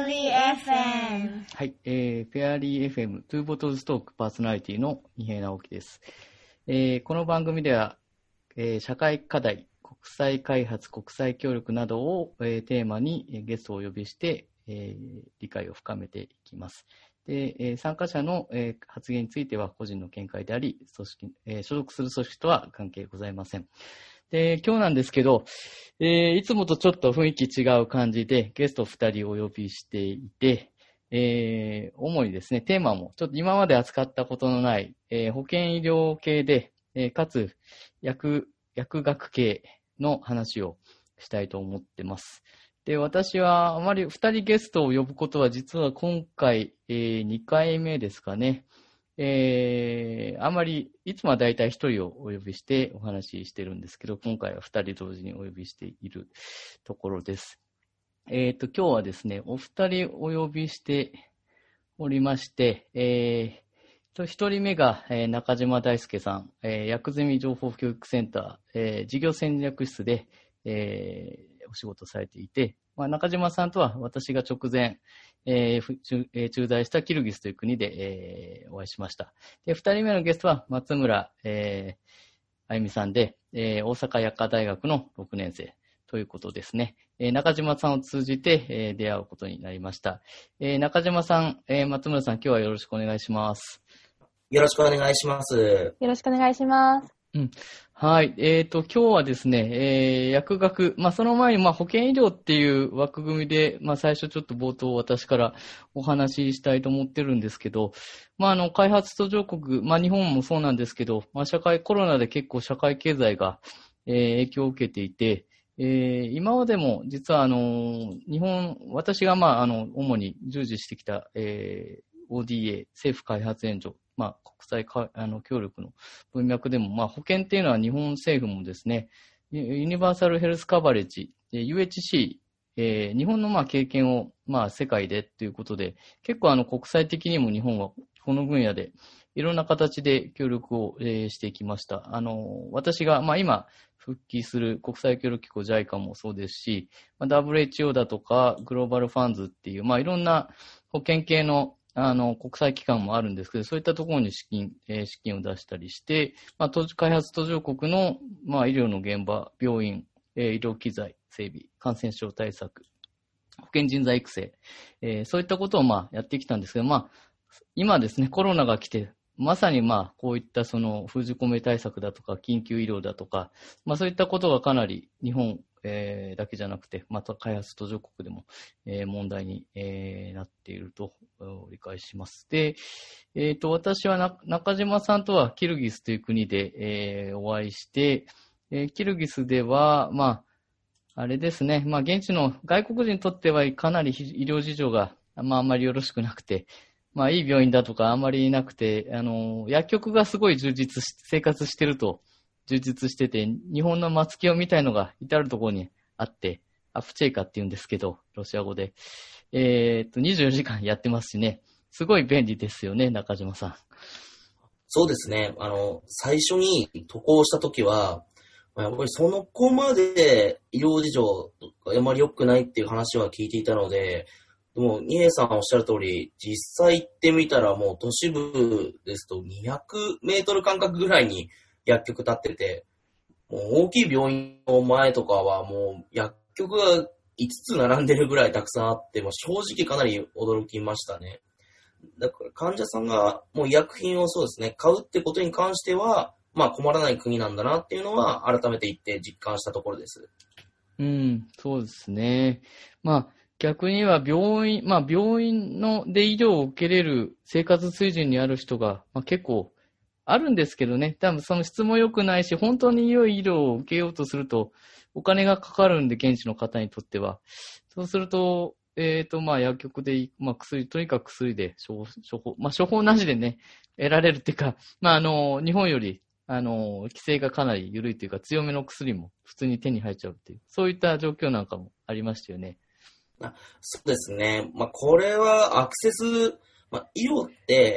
リー FM。 はい、フェアリー FM トゥーボトルズトークパーソナリティの二平直樹です。この番組では、社会課題、国際開発、国際協力などを、テーマにゲストをお呼びして、理解を深めていきます。で、参加者の、発言については個人の見解であり、組織、所属する組織とは関係ございません。で、今日なんですけど、いつもとちょっと雰囲気違う感じでゲスト2人お呼びしていて、主にですね、テーマもちょっと今まで扱ったことのない、保健医療系で、かつ薬学系の話をしたいと思ってます。で、私はあまり2人ゲストを呼ぶことは実は今回、2回目ですかね。あまり、いつもはだいたい1人をお呼びしてお話ししてるんですけど、今回は2人同時にお呼びしているところです。今日はですね、お二人お呼びしておりまして、一人目が、中島大輔さん、薬ゼミ情報教育センター、事業戦略室で、お仕事されていて、中島さんとは私が直前、駐在したキルギスという国で、お会いしました。で、二人目のゲストは松村、あゆみさんで、大阪薬科大学の6年生。ということですね。中島さんを通じて、出会うことになりました。中島さん、松村さん、今日はよろしくお願いします。 よろしくお願いします。 よろしくお願いします。 はい。今日はですね、薬学、その前に、保健医療っていう枠組みで、最初ちょっと冒頭私からお話ししたいと思ってるんですけど、開発途上国、日本もそうなんですけど、コロナで結構社会経済が、影響を受けていて、今までも実は日本、私が主に従事してきた、ODA、政府開発援助、国際協力の文脈でも、保険っていうのは日本政府もですね、ユニバーサルヘルスカバレッジ、UHC、日本の経験を世界でということで、結構国際的にも日本はこの分野でいろんな形で協力を、してきました。私が今復帰する国際協力機構 JICA もそうですし、WHO だとかグローバルファンズっていういろんな保険系の国際機関もあるんですけど、そういったところに資金を出したりして、開発途上国の医療の現場、病院、医療機材整備、感染症対策、保健人材育成、そういったことをやってきたんですけど、今ですね、コロナが来て、まさにこういったその封じ込め対策だとか緊急医療だとか、そういったことがかなり日本、だけじゃなくて、また開発途上国でも、問題に、なっていると理解します。で、私は中島さんとはキルギスという国で、お会いして、キルギスでは、あれですね、現地の外国人にとってはかなり医療事情が、あんまりよろしくなくて、いい病院だとかあんまりなくて、薬局がすごい生活してると充実してて、日本の松清みたいのが至るところにあって、アプチェイカって言うんですけど、ロシア語で。24時間やってますしね。すごい便利ですよね、中島さん。 そうですね。最初に渡航したときは、やっぱりその子まで医療事情があまり良くないっていう話は聞いていたので、でも、二平さんおっしゃる通り、実際行ってみたらもう都市部ですと200メートル間隔ぐらいに薬局立ってて、もう大きい病院の前とかはもう薬局が5つ並んでるぐらいたくさんあって、正直かなり驚きましたね。だから患者さんがもう医薬品をそうですね、買うってことに関しては、困らない国なんだなっていうのは改めて言って実感したところです。 そうですね。逆には病院で医療を受けれる生活水準にある人が、結構あるんですけどね、多分その質も良くないし、本当に良い医療を受けようとすると、お金がかかるんで、現地の方にとっては。そうすると、薬局で、とにかく薬で処方なしでね、得られるっていうか、日本より、規制がかなり緩いというか、強めの薬も普通に手に入っちゃうっていう、そういった状況なんかもありましたよね。 そうですね。これはアクセス、医療って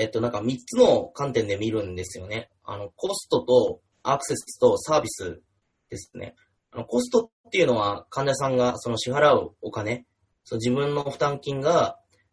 、3つの観点で見るんですよね。コストとアクセスとサービスですね。コストっていうのは患者さんがその支払うお金、その自分の負担金が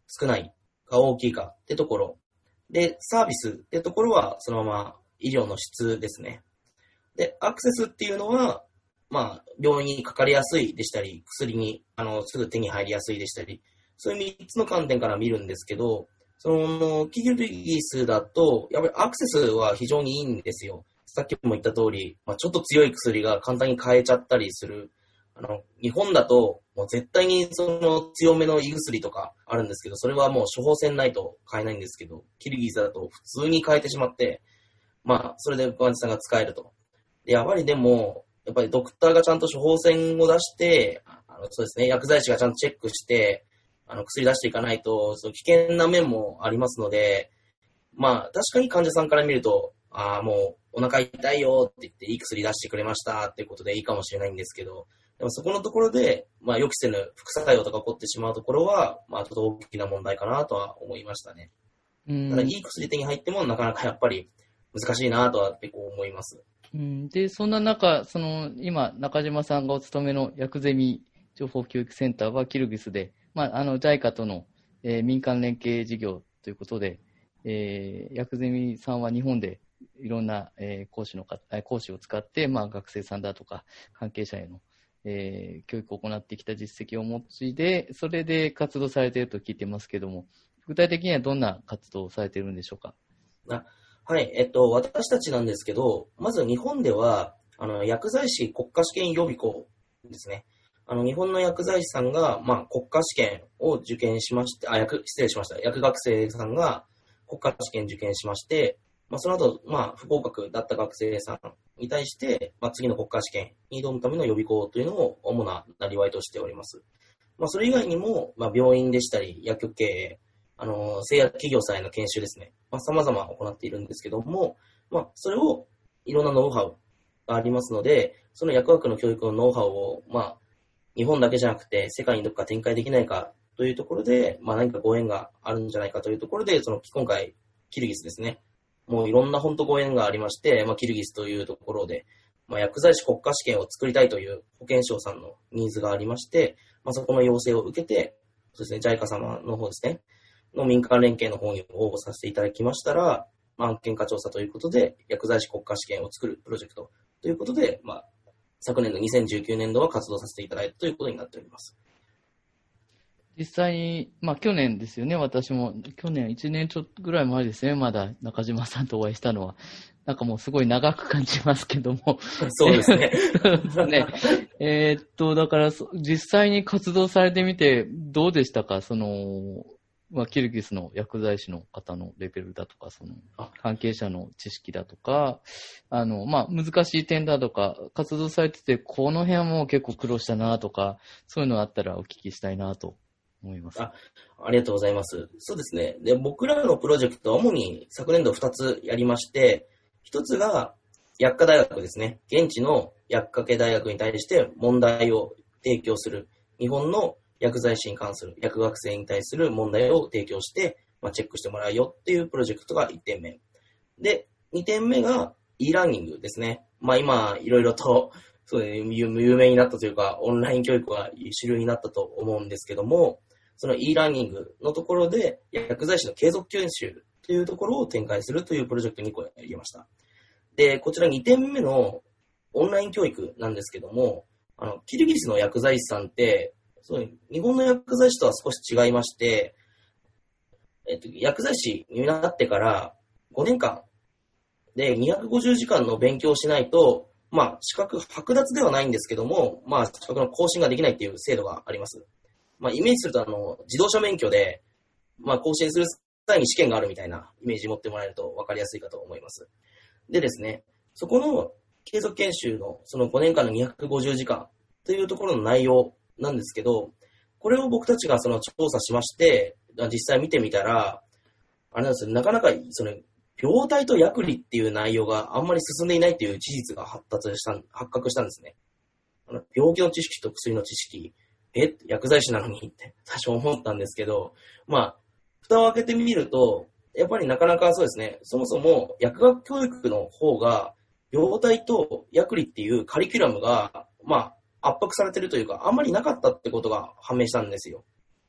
少ないか大きいかってところ。で、サービスってところはそのまま医療の質ですね。で、アクセスっていうのは、まあ、病院にかかりやすいでしたり、薬に、すぐ手に入りやすいでしたり、そういう3つの観点から見るんですけど、その、キルギスだと、やっぱりアクセスは非常にいいんですよ。さっきも言った通り、まあ、ちょっと強い薬が簡単に買えちゃったりする。日本だと、もう絶対にその強めの胃薬とかあるんですけど、それはもう処方箋ないと買えないんですけど、キルギスだと普通に買えてしまって、まあ、それで患者さんが使えると。で、やっぱりでも、やっぱりドクターがちゃんと処方箋を出して、そうですね、薬剤師がちゃんとチェックして、薬出していかないと、その危険な面もありますので、まあ、確かに患者さんから見ると、もうお腹痛いよって言っていい薬出してくれましたっていうことでいいかもしれないんですけど、でもそこのところで、まあ、予期せぬ副作用とか起こってしまうところは、まあ、ちょっと大きな問題かなとは思いましたね。ただ、いい薬手に入っても、なかなかやっぱり難しいなとは結構思います。 で、そんな中、今、中島さんがお勤めの薬ゼミ情報教育センターはキルギスで、JICA との、民間連携事業ということで、薬ゼミさんは日本でいろんな、講師を使って、学生さんだとか関係者への、教育を行ってきた実績をお持ちで、それで活動されていると聞いてますけども、具体的にはどんな活動をされているんでしょうか？ はい、私たちなんですけど、まず日本では、薬剤師国家試験予備校ですね。日本の薬剤師さんが、国家試験を受験しまして、失礼しました。薬学生さんが国家試験受験しまして、その後、不合格だった学生さんに対して、次の国家試験に挑むための予備校というのを主ななりわいとしております。それ以外にも、病院でしたり、薬局経営、製薬企業さんへの研修ですね。様々行っているんですけども、それをいろんなノウハウがありますので、その薬学の教育のノウハウを、日本だけじゃなくて世界にどこか展開できないかというところで、何かご縁があるんじゃないかというところで、今回、キルギスですね。もういろんな本当ご縁がありまして、キルギスというところで、薬剤師国家試験を作りたいという保健省さんのニーズがありまして、そこの要請を受けて、そうですね、JICA 様の方ですね、の民間連携の方に応募させていただきましたら、案件化調査ということで、薬剤師国家試験を作るプロジェクトということで、昨年の2019年度は活動させていただいたということになっております。 実際に、去年ですよね、私も、去年1年ちょっとぐらい前ですね、まだ中島さんとお会いしたのは。なんかもうすごい長く感じますけども。 そうですね。 ね。だから実際に活動されてみて、どうでしたか？キルギスの薬剤師の方のレベルだとか、関係者の知識だとか、難しい点だとか、活動されてて、この辺はもう結構苦労したなとか、そういうのあったらお聞きしたいなと思います。 ありがとうございます。そうですね。で、僕らのプロジェクトは主に昨年度2つやりまして、1つが薬科大学ですね。現地の薬科系大学に対して問題を提供する。日本の薬剤師に関する薬学生に対する問題を提供して、チェックしてもらうよっていうプロジェクトが1点目。で、2点目が e ラーニングですね。今、いろいろとそう有名になったというか、オンライン教育は主流になったと思うんですけども、その e ラーニングのところで薬剤師の継続研修というところを展開するというプロジェクト2個やりました。で、こちら2点目のオンライン教育なんですけども、キルギスの薬剤師さんって、日本の薬剤師とは少し違いまして、薬剤師になってから5年間で250時間の勉強をしないと、資格剥奪ではないんですけども、資格の更新ができないっていう制度があります。イメージすると自動車免許で、更新する際に試験があるみたいなイメージ持ってもらえると分かりやすいかと思います。でですね、そこの継続研修のその5年間の250時間というところの内容なんですけど、これを僕たちが調査しまして、実際見てみたら、あれなんですよ、なかなか病態と薬理っていう内容があんまり進んでいないっていう事実が発覚したんですね。病気の知識と薬の知識、薬剤師なのにって最初思ったんですけど、蓋を開けてみると、やっぱりなかなかそうですね、そもそも薬学教育の方が、病態と薬理っていうカリキュラムが、圧迫されてるというか、あんまりなかったってことが判明したんですよ。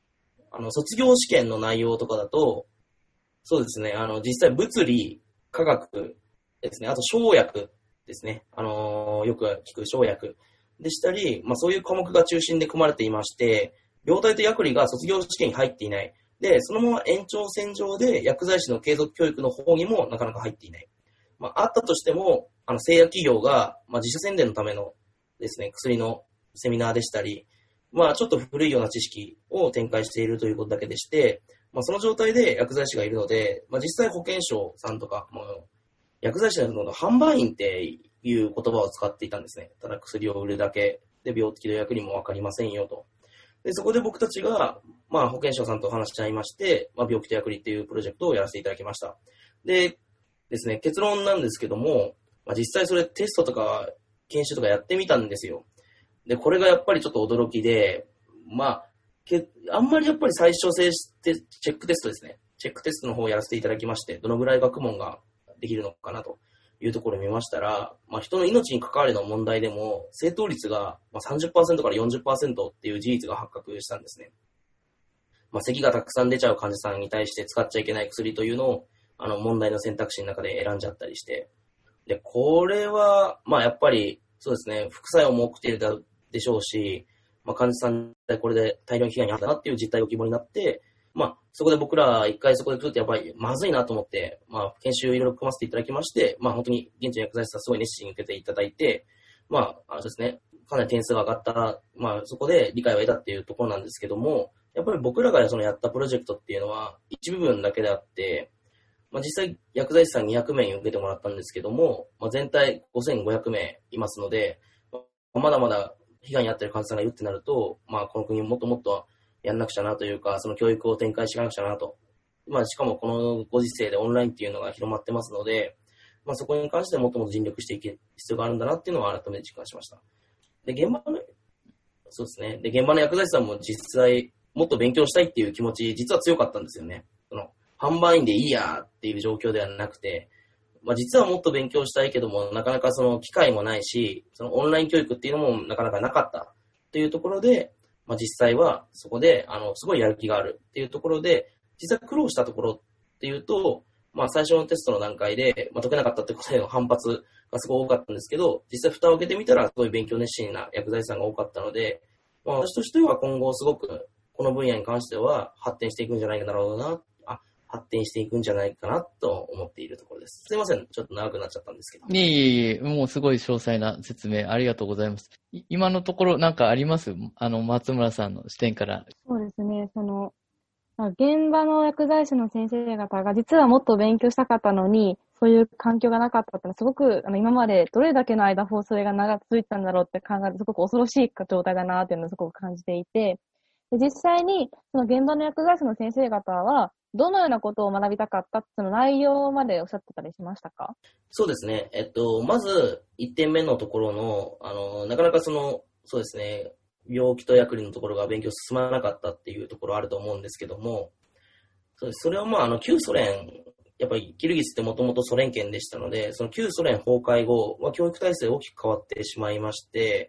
卒業試験の内容とかだと、そうですね、実際物理、科学ですね、あと生薬ですね、よく聞く生薬でしたり、そういう科目が中心で組まれていまして、病態と薬理が卒業試験に入っていない。で、そのまま延長線上で薬剤師の継続教育の方にもなかなか入っていない。あったとしても、製薬企業が、自社宣伝のためのですね、薬のセミナーでしたり、ちょっと古いような知識を展開しているということだけでして、その状態で薬剤師がいるので、実際保健省さんとか、薬剤師の販売員っていう言葉を使っていたんですね。ただ薬を売るだけで病気の薬にもわかりませんよと。で、そこで僕たちが、保健省さんと話し合いまして、病気と薬理っていうプロジェクトをやらせていただきました。でですね、結論なんですけども、実際それテストとか研修とかやってみたんですよ。で、これがやっぱりちょっと驚きで、あんまりやっぱり最小性チェックテストですね。チェックテストの方をやらせていただきまして、どのぐらい学問ができるのかなというところを見ましたら、人の命に関わるの問題でも、正答率が 30% から 40% っていう事実が発覚したんですね。咳がたくさん出ちゃう患者さんに対して使っちゃいけない薬というのを、問題の選択肢の中で選んじゃったりして。で、これは、やっぱり、そうですね、副作用も起きているでしょうし、患者さんこれで大量に被害に遭ったなっていう実態を希望になって、そこで僕ら一回そこで来るとやっぱりまずいなと思って、研修いろいろ組ませていただきまして、本当に現地の薬剤師さんすごい熱心に受けていただいて、そうですね、かなり点数が上がった、そこで理解を得たっていうところなんですけども、やっぱり僕らがそのやったプロジェクトっていうのは一部分だけであって、実際薬剤師さん200名に受けてもらったんですけども、全体5500名いますので、まだまだ被害に遭っている患者さんがいるってなると、この国もっともっとやんなくちゃなというか、その教育を展開しなくちゃなと。しかもこのご時世でオンラインっていうのが広まってますので、そこに関してもっともっと尽力していく必要があるんだなっていうのを改めて実感しました。で、そうですね。で、現場の薬剤師さんも実際もっと勉強したいっていう気持ち、実は強かったんですよね。販売員でいいやっていう状況ではなくて、実はもっと勉強したいけども、なかなかその機会もないし、そのオンライン教育っていうのもなかなかなかったというところで、実際はそこで、すごいやる気があるっていうところで、実際苦労したところっていうと、最初のテストの段階で、解けなかったってことへの反発がすごい多かったんですけど、実際蓋を開けてみたら、すごい勉強熱心な薬剤師さんが多かったので、私としては今後すごく、この分野に関しては発展していくんじゃないかな発展していくんじゃないかなと思っているところです。すいません。ちょっと長くなっちゃったんですけど。 いえいえいえ、もうすごい詳細な説明ありがとうございます。今のところなんかあります？松村さんの視点から。 そうですね。現場の薬剤師の先生方が実はもっと勉強したかったのに、そういう環境がなかったってのはすごく、今までどれだけの間放送が長く続いてたんだろうって考えて、すごく恐ろしい状態だなっていうのをすごく感じていて、で実際に、その現場の薬剤師の先生方は、どのようなことを学びたかったその内容までおっしゃってたりしましたか？ そうですね。まず、1点目のところの、なかなかそうですね、病気と薬理のところが勉強進まなかったっていうところあると思うんですけども、それは旧ソ連、やっぱりキルギスってもともとソ連圏でしたので、その旧ソ連崩壊後は教育体制大きく変わってしまいまして、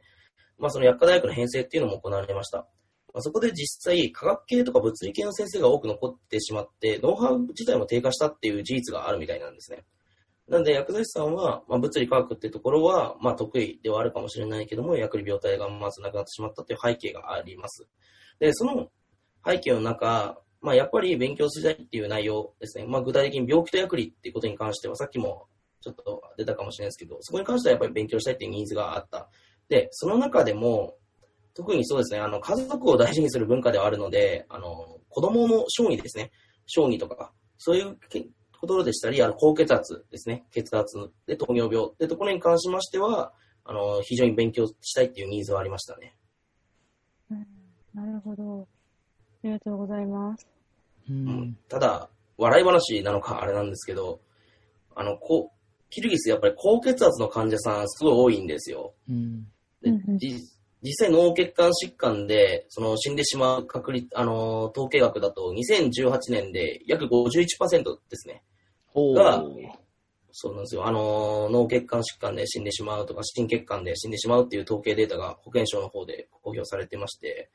その薬科大学の編成っていうのも行われました。そこで実際科学系とか物理系の先生が多く残ってしまって、ノウハウ自体も低下したっていう事実があるみたいなんですね。なので薬剤師さんは、物理科学っていうところは、得意ではあるかもしれないけども、薬理病態がまずなくなってしまったという背景があります。で、その背景の中、やっぱり勉強しないっていう内容ですね。具体的に病気と薬理っていうことに関しては、さっきもちょっと出たかもしれないですけど、そこに関してはやっぱり勉強したいっていうニーズがあった。で、その中でも、特にそうですね、家族を大事にする文化ではあるので、子供の小児ですね、小児とか、そういうところでしたり、高血圧ですね、血圧で糖尿病ってところに関しましては、非常に勉強したいっていうニーズはありましたね。 なるほど。ありがとうございます。 ただ、笑い話なのかあれなんですけど、キルギスやっぱり高血圧の患者さんすごい多いんですよ。で実際脳血管疾患で死んでしまう確率、統計学だと2018年で約 51% ですね。が、そうなんですよ。脳血管疾患で死んでしまうとか、心血管で死んでしまうっていう統計データが保健省の方で公表されてまして、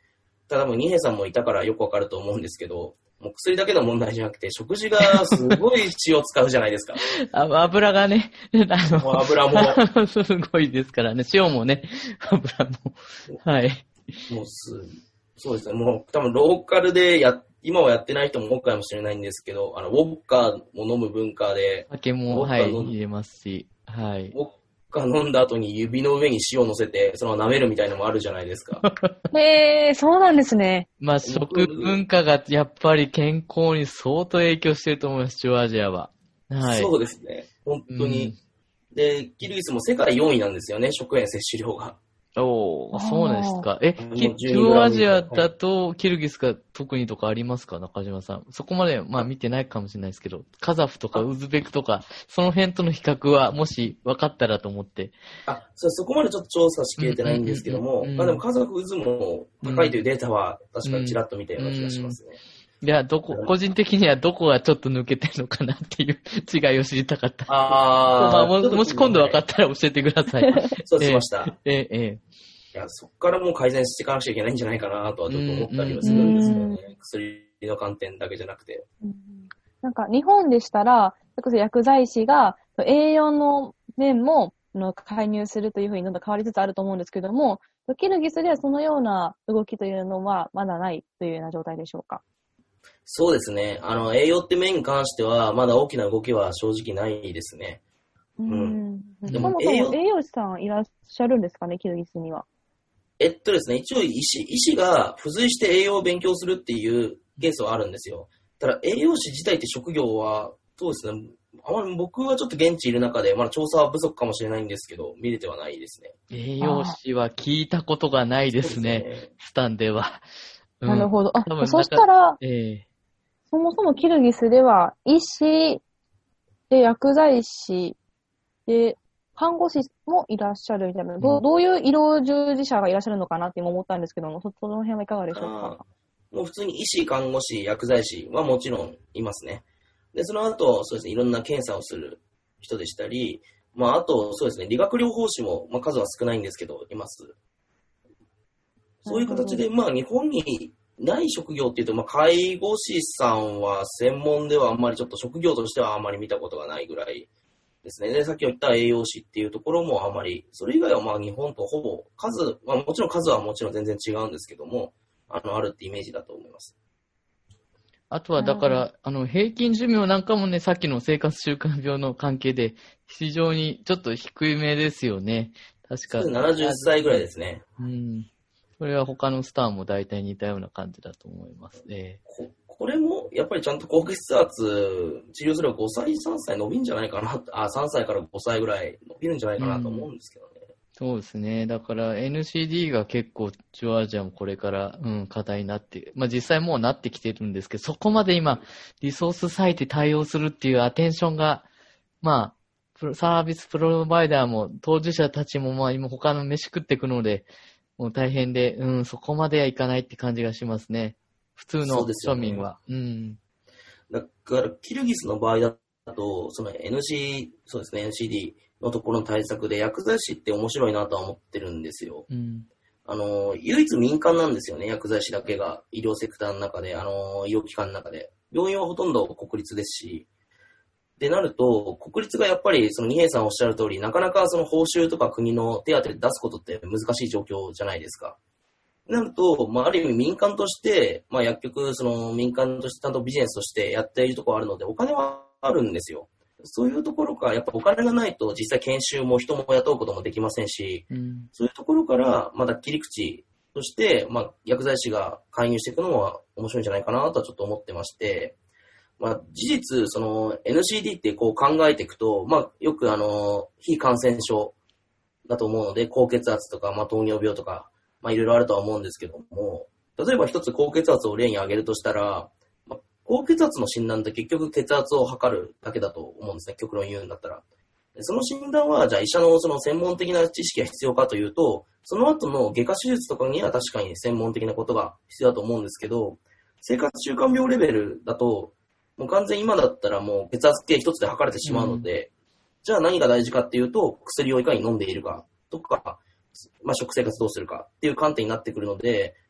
多分、二平さんもいたからよくわかると思うんですけど、もう薬だけの問題じゃなくて、食事がすごい血を使うじゃないですか。 油がね、 もう油も。 すごいですからね。塩もね、油も。はい。 もうそうですね。もう多分ローカルで今はやってない人も多いかもしれないんですけど、ウォッカも飲む文化で。 酒も、はい、入れますし、はい。 ウォッカ飲んだ後に指の上に塩を乗せて、そのまま舐めるみたいなのもあるじゃないですか。 へそうなんですね。 まあ、食文化がやっぱり健康に相当影響してると思います、中央アジアは。はい。 そうですね。本当に。で、キルギスも世界4位なんですよね、食塩摂取量が。 おー、そうですか。中央アジアだと、キルギスが特にとかありますか、中島さん。そこまで、まあ見てないかもしれないですけど、カザフとかウズベクとか、その辺との比較は、もし分かったらと思って。 そこまでちょっと調査しきれてないんですけども、まあでもカザフ、ウズも高いというデータは、確かにちらっと見たような気がしますね。 いや、個人的にはどこがちょっと抜けてるのかなっていう違いを知りたかった。まあ、もし今度分かったら教えてください。 そうしました。いや、そこからもう改善していかなくちゃいけないんじゃないかなとはちょっと思ったりはするんですけどね。薬の観点だけじゃなくて。 なんか日本でしたら、それこそ薬剤師が栄養の面も介入するというふうにどんどん変わりつつあると思うんですけども、キルギスではそのような動きというのはまだないというような状態でしょうか。 そうですね。栄養って面に関しては、まだ大きな動きは正直ないですね。 そもそも栄養士さんいらっしゃるんですかね、キルギスには。 ですね、一応医師が付随して栄養を勉強するっていうケースはあるんですよ。ただ栄養士自体って職業は、そうですね、僕はちょっと現地いる中で、まだ調査は不足かもしれないんですけど、見れてはないですね。 栄養士は聞いたことがないですね、スタンでは。 なるほど。そしたら、そもそもキルギスでは、医師で薬剤師で、看護師もいらっしゃるみたいな、どういう医療従事者がいらっしゃるのかなって今思ったんですけども、その辺はいかがでしょうか。 もう普通に医師、看護師、薬剤師はもちろんいますね。で、その後、そうですね、いろんな検査をする人でしたり、まあ、あと、そうですね、理学療法士も、まあ、数は少ないんですけど、います。そういう形で、まあ、日本にない職業っていうと、まあ、介護士さんは専門ではあんまりちょっと職業としてはあんまり見たことがないぐらいですね。で、さっき言った栄養士っていうところもあんまり、それ以外はまあ日本とほぼまあもちろん数はもちろん全然違うんですけども、あるってイメージだと思います。 あとはだから、平均寿命なんかもね、さっきの生活習慣病の関係で、非常にちょっと低いめですよね。確か。 70歳ぐらいですね。 それは他のスターも大体似たような感じだと思いますね。 これも、やっぱりちゃんと高血圧治療すれば5歳、3歳伸びるんじゃないかな。3歳から5歳ぐらい伸びるんじゃないかなと思うんですけどね。 そうですね。だから NCD が結構中央アジアもこれから、課題になって、まあ実際もうなってきてるんですけど、そこまで今、リソース割いて対応するっていうアテンションが、まあ、サービスプロバイダーも当事者たちもまあ今他の飯食っていくので、もう大変で、そこまではいかないって感じがしますね。普通の庶民は。 だから、キルギスの場合だと、そのそうですね、NCD のところの対策で薬剤師って面白いなとは思ってるんですよ。唯一民間なんですよね、薬剤師だけが医療セクターの中で、医療機関の中で。病院はほとんど国立ですし、でなると、国立がやっぱり、その二平さんおっしゃる通り、なかなかその報酬とか国の手当で出すことって難しい状況じゃないですか。なると、まあ、ある意味民間として、まあ、薬局、その民間としてちゃんとビジネスとしてやっているところあるので、お金はあるんですよ。そういうところから、やっぱお金がないと実際研修も人も雇うこともできませんし、そういうところからまだ切り口として、まあ、薬剤師が介入していくのは面白いんじゃないかなとはちょっと思ってまして、まあ、事実、その NCD ってこう考えていくと、まあ、よく非感染症だと思うので、高血圧とか、まあ、糖尿病とか、まあ、いろいろあるとは思うんですけども、例えば一つ高血圧を例に挙げるとしたら、まあ、高血圧の診断って結局血圧を測るだけだと思うんですね、極論言うんだったら。その診断は、じゃあ医者のその専門的な知識が必要かというと、その後の外科手術とかには確かに専門的なことが必要だと思うんですけど、生活習慣病レベルだと、もう完全に今だったらもう血圧計一つで測れてしまうので、じゃあ何が大事かっていうと、薬をいかに飲んでいるかとか、まあ、食生活どうするかっていう観点になってくるので、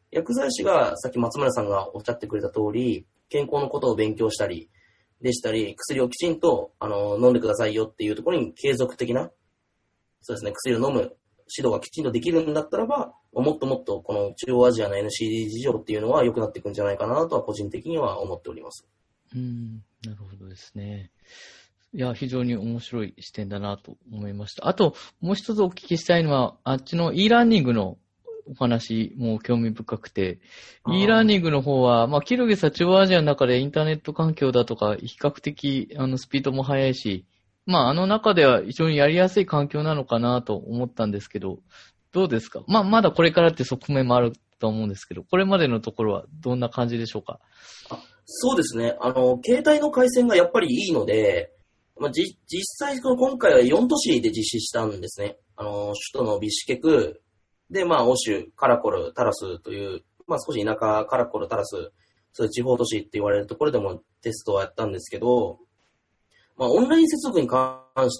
薬剤師がさっき松村さんがおっしゃってくれた通り、健康のことを勉強したり、でしたり、薬をきちんと、飲んでくださいよっていうところに継続的な、そうですね、薬を飲む指導がきちんとできるんだったらば、もっともっとこの中央アジアの NCD 事情っていうのは良くなっていくんじゃないかなとは個人的には思っております。 なるほどですね。いや、非常に面白い視点だなと思いました。あと、もう一つお聞きしたいのは、あっちの e ラーニングのお話も興味深くて、e ラーニングの方は、キルギスは中央アジアの中でインターネット環境だとか、比較的、スピードも速いし、中では非常にやりやすい環境なのかなと思ったんですけど、どうですか？まだこれからって側面もあると思うんですけど、これまでのところはどんな感じでしょうか？ そうですね。携帯の回線がやっぱりいいので、実際、今回は4都市で実施したんですね。首都のビシュケク、で、欧州、カラコル、タラスという、少し田舎、カラコル、タラス、そういう地方都市って言われるところでもテストをやったんですけど、オンライン接続に関して、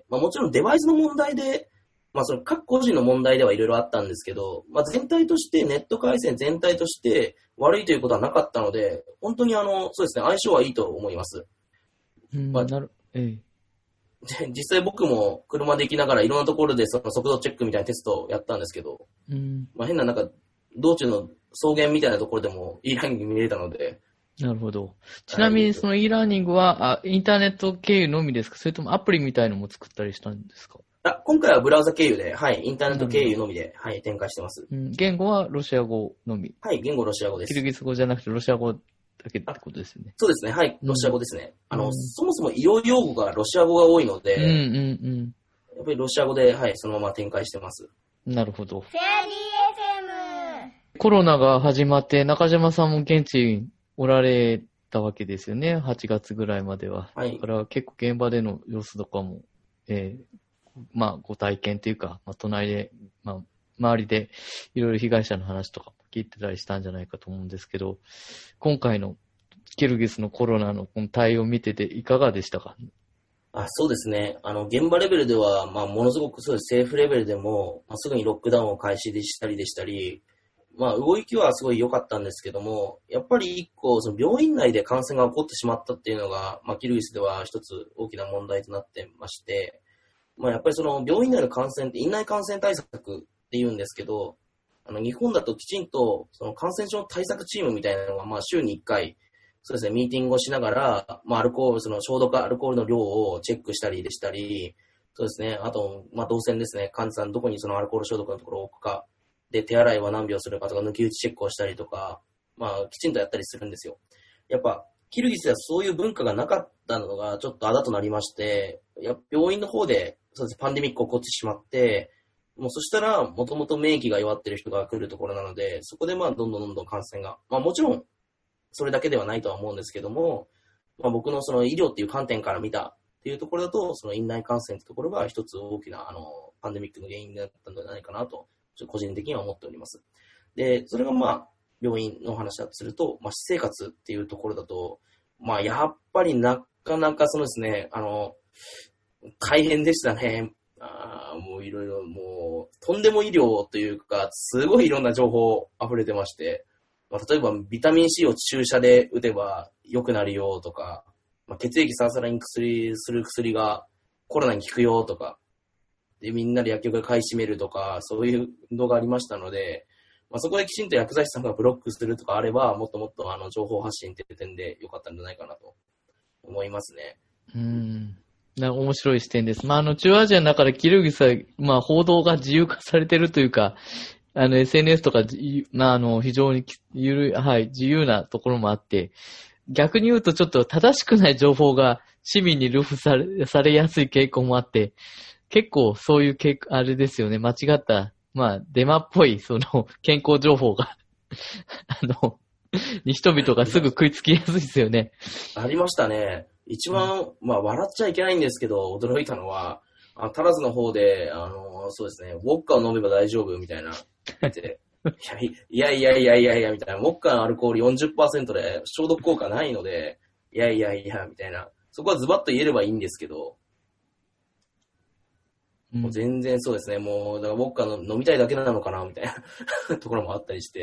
もちろんデバイスの問題で、その各個人の問題ではいろいろあったんですけど、全体として、ネット回線全体として悪いということはなかったので、本当にそうですね、相性はいいと思います。実際僕も車で行きながらいろんなところでその速度チェックみたいなテストをやったんですけど、変な道中の草原みたいなところでも e ラーニング見れたので。 なるほど。ちなみにその e ラーニングはインターネット経由のみですか？それともアプリみたいのも作ったりしたんですか？ 今回はブラウザ経由で、インターネット経由のみで、展開してます。 言語はロシア語のみ？ 言語ロシア語です。 キルギス語じゃなくてロシア語だけってことですよね。 そうですね。ロシア語ですね。そもそも医療用語がロシア語が多いので、やっぱりロシア語で、そのまま展開してます。 なるほど。コロナが始まって、中島さんも現地におられたわけですよね。8月ぐらいまでは。だから結構現場での様子とかも、ご体験というか、隣で、周りでいろいろ被害者の話とか聞いてたりしたんじゃないかと思うんですけど、今回のキルギスのコロナのこの対応を見てていかがでしたか？ そうですね。現場レベルでは、ものすごくそうです。政府レベルでも、すぐにロックダウンを開始したり、動きはすごい良かったんですけども、やっぱり一個、その病院内で感染が起こってしまったっていうのが、キルギスでは一つ大きな問題となってまして、やっぱりその病院内の感染って院内感染対策って言うんですけど、日本だときちんとその感染症対策チームみたいなのが週に1回、そうですね、ミーティングをしながら、アルコール、その消毒アルコールの量をチェックしたりでしたり、そうですね、あと、動線ですね、患者さんどこにそのアルコール消毒のところを置くか、で、手洗いは何秒するかとか、抜き打ちチェックをしたりとか、きちんとやったりするんですよ。やっぱ、キルギスではそういう文化がなかったのがちょっとあだとなりまして、病院の方で、そうですね、パンデミックを起こってしまって、もうそしたら、もともと免疫が弱ってる人が来るところなので、そこでどんどん感染が、もちろん、それだけではないとは思うんですけども、僕のその医療っていう観点から見たっていうところだと、その院内感染ってところが一つ大きなパンデミックの原因だったんじゃないかなと、個人的には思っております。で、それが病院の話だとすると、私生活っていうところだと、やっぱりなかなかそうですね、大変でしたね。もういろいろもう、とんでも医療というか、すごいいろんな情報溢れてまして、例えばビタミン C を注射で打てば良くなるよとか、血液サラサラにする薬がコロナに効くよとか、でみんなで薬局が買い占めるとか、そういうのがありましたので、そこできちんと薬剤師さんがブロックするとかあれば、もっともっと情報発信っていう点で良かったんじゃないかなと思いますね。 面白い視点です。中央アジアの中でキルギスは、報道が自由化されてるというか、SNS とか、非常に自由なところもあって、逆に言うとちょっと正しくない情報が市民に流布されやすい傾向もあって、結構そういうあれですよね、間違った、デマっぽい、健康情報が、人々がすぐ食いつきやすいですよね。 ありましたね。一番、笑っちゃいけないんですけど、驚いたのは、タラズの方で、そうですね、ウォッカを飲めば大丈夫みたいな。いや、みたいな。ウォッカのアルコール 40% で消毒効果ないので、いや、みたいな。そこはズバッと言えればいいんですけど、もう全然そうですね。もう、だからウォッカの飲みたいだけなのかなみたいなところもあったりして、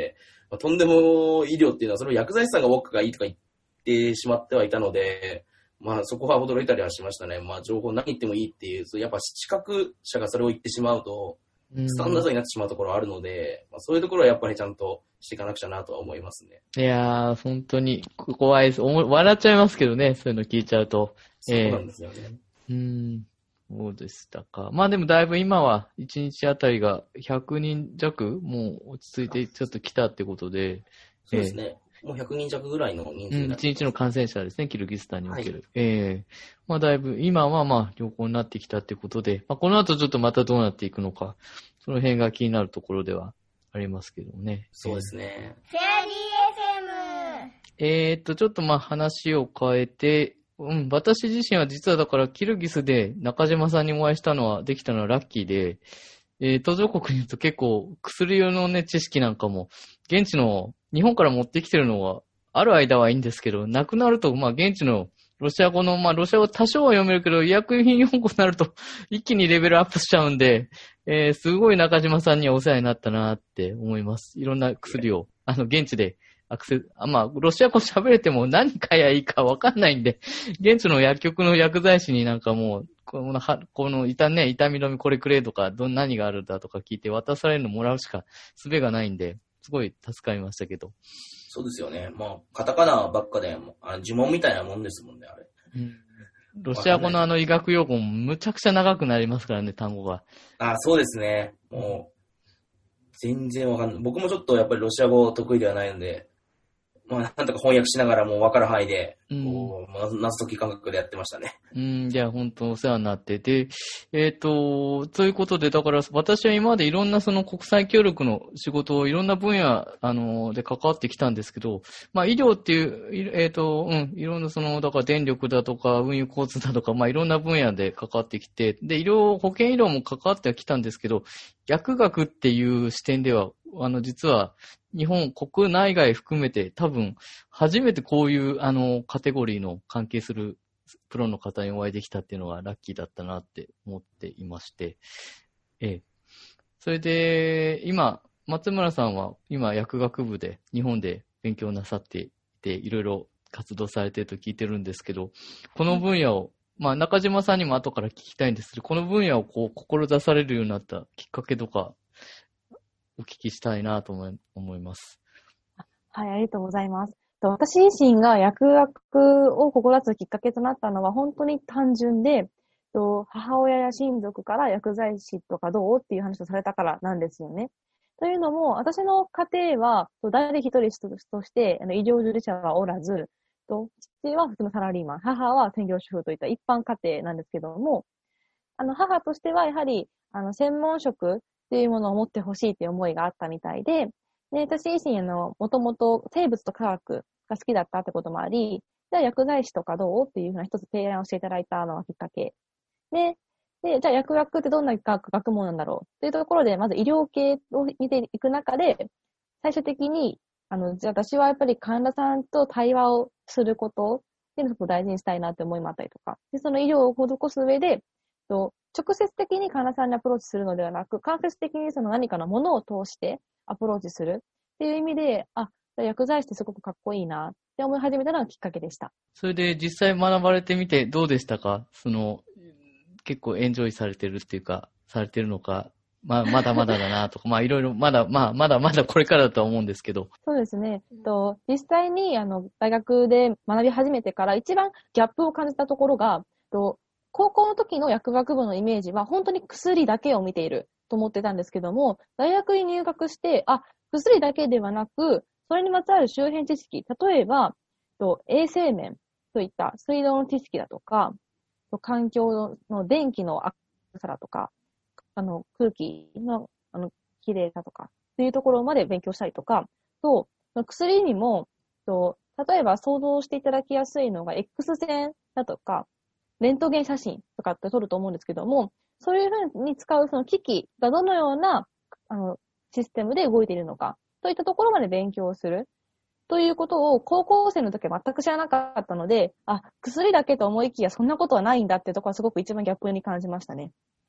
とんでも医療っていうのは、それを薬剤師さんが僕がいいとか言ってしまってはいたので、そこは驚いたりはしましたね。情報何言ってもいいっていう、やっぱ資格者がそれを言ってしまうと、スタンダードになってしまうところあるので、そういうところはやっぱりちゃんとしていかなくちゃなとは思いますね。 いやー、本当に怖いです。笑っちゃいますけどね、そういうの聞いちゃうと。 そうなんですよね。 そうでしたか。でもだいぶ今は1日あたりが100人弱もう落ち着いてちょっと来たってことで。 そうですね。もう100人弱ぐらいの人数になって 1日の感染者ですね、キルギスタンにおける。だいぶ今は良好になってきたってことで、この後ちょっとまたどうなっていくのか、その辺が気になるところではありますけどもね。 そうですね。 フェアリー FM。 ちょっと話を変えて、私自身は実はだからキルギスで中島さんにお会いしたのは、できたのはラッキーで、途上国に言うと結構薬用のね、知識なんかも、現地の日本から持ってきてるのは、ある間はいいんですけど、なくなると、現地のロシア語の、ロシア語多少は読めるけど、医薬品用語になると、一気にレベルアップしちゃうんで、すごい中島さんにはお世話になったなって思います。いろんな薬を、現地でロシア語喋れても何かやいいかわかんないんで、現地の薬局の薬剤師になんかもう、この痛み止めこれくれとか、何があるんだとか聞いて渡されるのもらうしか術がないんで、すごい助かりましたけど。 そうですよね。カタカナばっかで、呪文みたいなもんですもんね、あれ。 ロシア語の医学用語もむちゃくちゃ長くなりますからね、単語が。 そうですね。もう、全然わかんない。僕もちょっとやっぱりロシア語得意ではないので、なんとか翻訳しながらもう分かる範囲で、謎解き感覚でやってましたね。 いや、本当お世話になってて、そういうことで、だから私は今までいろんなその国際協力の仕事をいろんな分野、で関わってきたんですけど、医療っていう、いろんなだから電力だとか、運輸交通だとか、いろんな分野で関わってきて、で、保険医療も関わってはきたんですけど、薬学っていう視点では、実は、日本国内外含めて多分初めてこういうカテゴリーの関係するプロの方にお会いできたっていうのはラッキーだったなって思っていまして。それで今、松村さんは今薬学部で日本で勉強なさっていていろいろ活動されていると聞いてるんですけど、この分野を、中島さんにも後から聞きたいんですけど、この分野を志されるようになったきっかけとか、お聞きしたいなと思います。 はい、ありがとうございます。私自身が薬学を志すきっかけとなったのは本当に単純で、母親や親族から薬剤師とかどうっていう話をされたからなんですよね。というのも、私の家庭は誰一人として医療従事者はおらず、父は普通のサラリーマン、母は専業主婦といった一般家庭なんですけども、母としてはやはり専門職っていうものを持ってほしいという思いがあったみたいで、私自身もともと生物と科学が好きだったってこともあり、じゃあ薬剤師とかどうっていうふうな一つ提案をしていただいたのがきっかけ。で、じゃあ薬学ってどんな学問なんだろうっていうところで、まず医療系を見ていく中で、最終的に、じゃあ私はやっぱり患者さんと対話をすることっていうのを大事にしたいなって思いもあったりとか、で、その医療を施す上で、直接的に患者さんにアプローチするのではなく、間接的にその何かのものを通してアプローチするっていう意味で、薬剤師ってすごくかっこいいなって思い始めたのがきっかけでした。 それで実際学ばれてみてどうでしたか？結構エンジョイされてるっていうか、されてるのか、まだまだだなとか、いろいろまだこれからだとは思うんですけど。 そうですね。実際に大学で学び始めてから一番ギャップを感じたところが、高校の時の薬学部のイメージは本当に薬だけを見ていると思ってたんですけども、大学に入学して、薬だけではなく、それにまつわる周辺知識、例えば、衛生面といった水道の知識だとか、環境の電気の明るさだとか、空気の綺麗さとか、というところまで勉強したりとか、薬にも、例えば想像していただきやすいのが X 線だとか、レントゲン写真とかって撮ると思うんですけども、そういうふうに使うその機器がどのような、システムで動いているのか、といったところまで勉強する。ということを高校生の時は全く知らなかったので、薬だけと思いきやそんなことはないんだってところはすごく一番ギャップに感じましたね。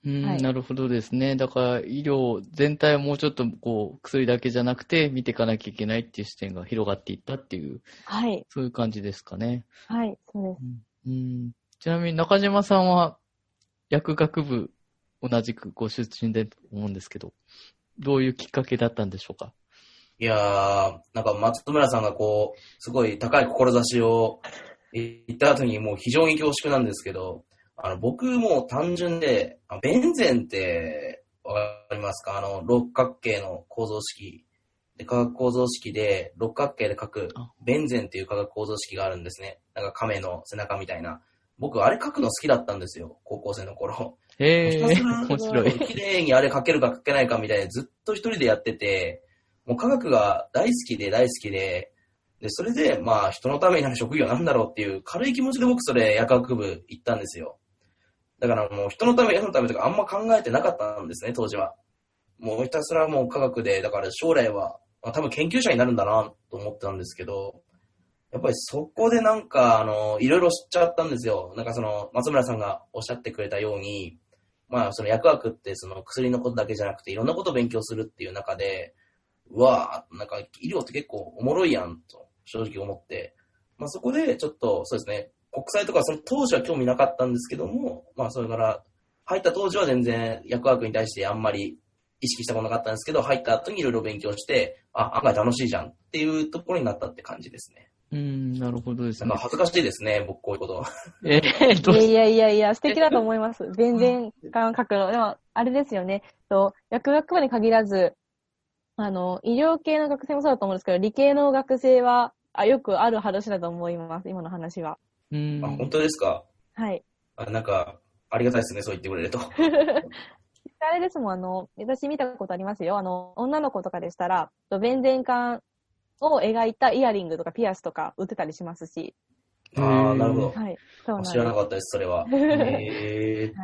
はい、 なるほどですね。だから医療全体をもうちょっと薬だけじゃなくて見ていかなきゃいけないっていう視点が広がっていったっていう、 はい。 そういう感じですかね。 はい、そうです。 ちなみに中島さんは薬学部同じくご出身でと思うんですけど、どういうきっかけだったんでしょうか？ いやー、なんか松村さんがすごい高い志を言った後にもう非常に恐縮なんですけど、僕も単純で、ベンゼンってわかりますか？六角形の構造式で、化学構造式で六角形で書くベンゼンっていう化学構造式があるんですね。なんか亀の背中みたいな。僕あれ書くの好きだったんですよ、高校生の頃。 面白い。 綺麗にあれ書けるか書けないかみたいなずっと一人でやってて、もう科学が大好きで、で、それで、まあ、人のためになる職業なんだろうっていう軽い気持ちで僕それ薬学部行ったんですよ。だからもう人のため、世のためとかあんま考えてなかったんですね、当時は。もうひたすらもう科学で、だから将来は、まあ、多分研究者になるんだなと思ってたんですけど、やっぱりそこでなんか、いろいろ知っちゃったんですよ。なんか松村さんがおっしゃってくれたように、まあ、その薬学ってその薬のことだけじゃなくていろんなことを勉強するっていう中で、うわぁ、なんか医療って結構おもろいやんと正直思って、まあそこでちょっとそうですね、国際とかその当時は興味なかったんですけども、まあそれから入った当時は全然薬学に対してあんまり意識したことなかったんですけど、入った後にいろいろ勉強して、案外楽しいじゃんっていうところになったって感じですね。 なるほどですね。 なんか恥ずかしいですね、僕こういうこと。 いや、素敵だと思います。全然感覚の。でも、あれですよね。薬学部に限らず、医療系の学生もそうだと思うんですけど、理系の学生は、よくある話だと思います、今の話は。 本当ですか？ はい。 なんか、ありがたいですね、そう言ってくれると。 あれですもん、私見たことありますよ。女の子とかでしたら、ベンゼン管を描いたイヤリングとかピアスとか売ってたりしますし。 なるほど。 はい。そうなんです。 知らなかったです、それは。はい。フェアリー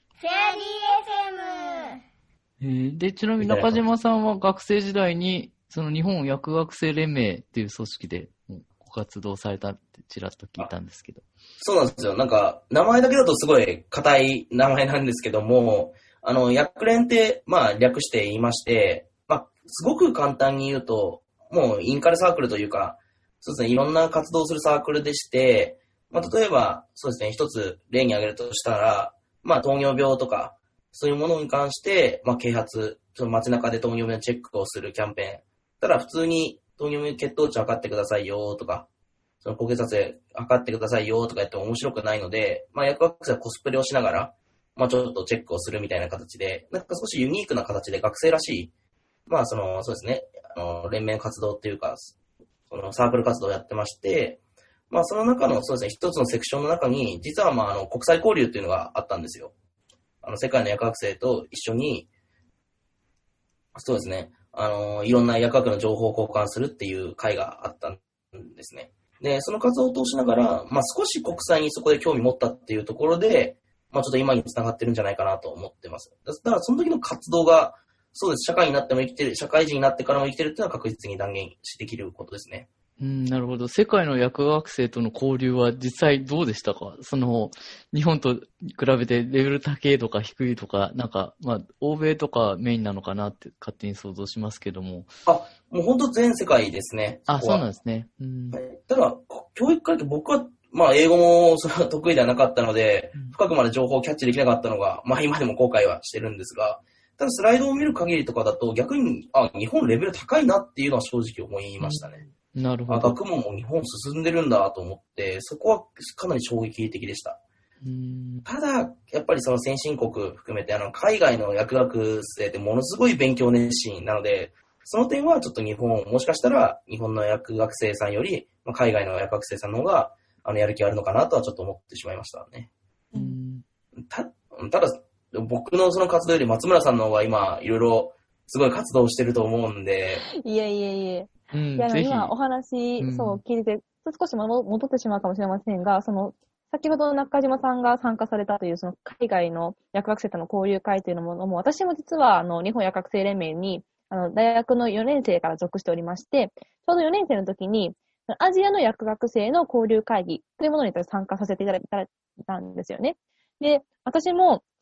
FM。 で、ちなみに中島さんは学生時代に、その日本薬学生連盟っていう組織でご活動されたってちらっと聞いたんですけど。 そうなんですよ。なんか、名前だけだとすごい硬い名前なんですけども、薬連って、まあ、略して言いまして、まあ、すごく簡単に言うと、もうインカレサークルというか、そうですね、いろんな活動するサークルでして、まあ、例えば、そうですね、一つ例に挙げるとしたら、まあ、糖尿病とか、そういうものに関して、まあ、啓発、街中で糖尿病のチェックをするキャンペーン。ただ、普通に糖尿病血糖値測ってくださいよとか、その高血圧測ってくださいよとかやっても面白くないので、まあ、薬学生はコスプレをしながら、まあ、ちょっとチェックをするみたいな形で、なんか少しユニークな形で学生らしい、まあ、そうですね、連盟活動っていうか、そのサークル活動をやってまして、まあ、その中の、そうですね、一つのセクションの中に、実は、まあ、国際交流っていうのがあったんですよ。世界の薬学生と一緒に、そうですね、いろんな薬学の情報を交換するっていう会があったんですね。で、その活動を通しながら、まあ、少し国際にそこで興味持ったっていうところで、まあ、ちょっと今に繋がってるんじゃないかなと思ってます。だから、その時の活動が、そうです、社会になっても生きてる、社会人になってからも生きてるっていうのは確実に断言できることですね。 なるほど。世界の薬学生との交流は実際どうでしたか？日本と比べてレベル高いとか低いとか、なんか、まあ、欧米とかメインなのかなって勝手に想像しますけども。 もう本当全世界ですね。 そうなんですね。 はい、ただ、教育環境、僕は、まあ、英語もそれは得意ではなかったので、深くまで情報をキャッチできなかったのが、まあ、今でも後悔はしてるんですが、ただスライドを見る限りとかだと、逆に、日本レベル高いなっていうのは正直思いましたね。 なるほど。 学問も日本進んでるんだと思って、そこはかなり衝撃的でした。ただ、やっぱりその先進国含めて、海外の薬学生ってものすごい勉強熱心なので、その点はちょっともしかしたら日本の薬学生さんより、海外の薬学生さんの方が、やる気あるのかなとはちょっと思ってしまいましたね。ただ、僕のその活動より松村さんの方が今、いろいろすごい活動してると思うんで。 いえ。今お話、そう聞いてて、少し戻ってしまうかもしれませんが、先ほど中島さんが参加されたという、その海外の薬学生との交流会というものも、私も実は、日本薬学生連盟に、大学の4年生から属しておりまして、ちょうど4年生の時に、アジアの薬学生の交流会議というものに参加させていただいたんですよね。で、私も、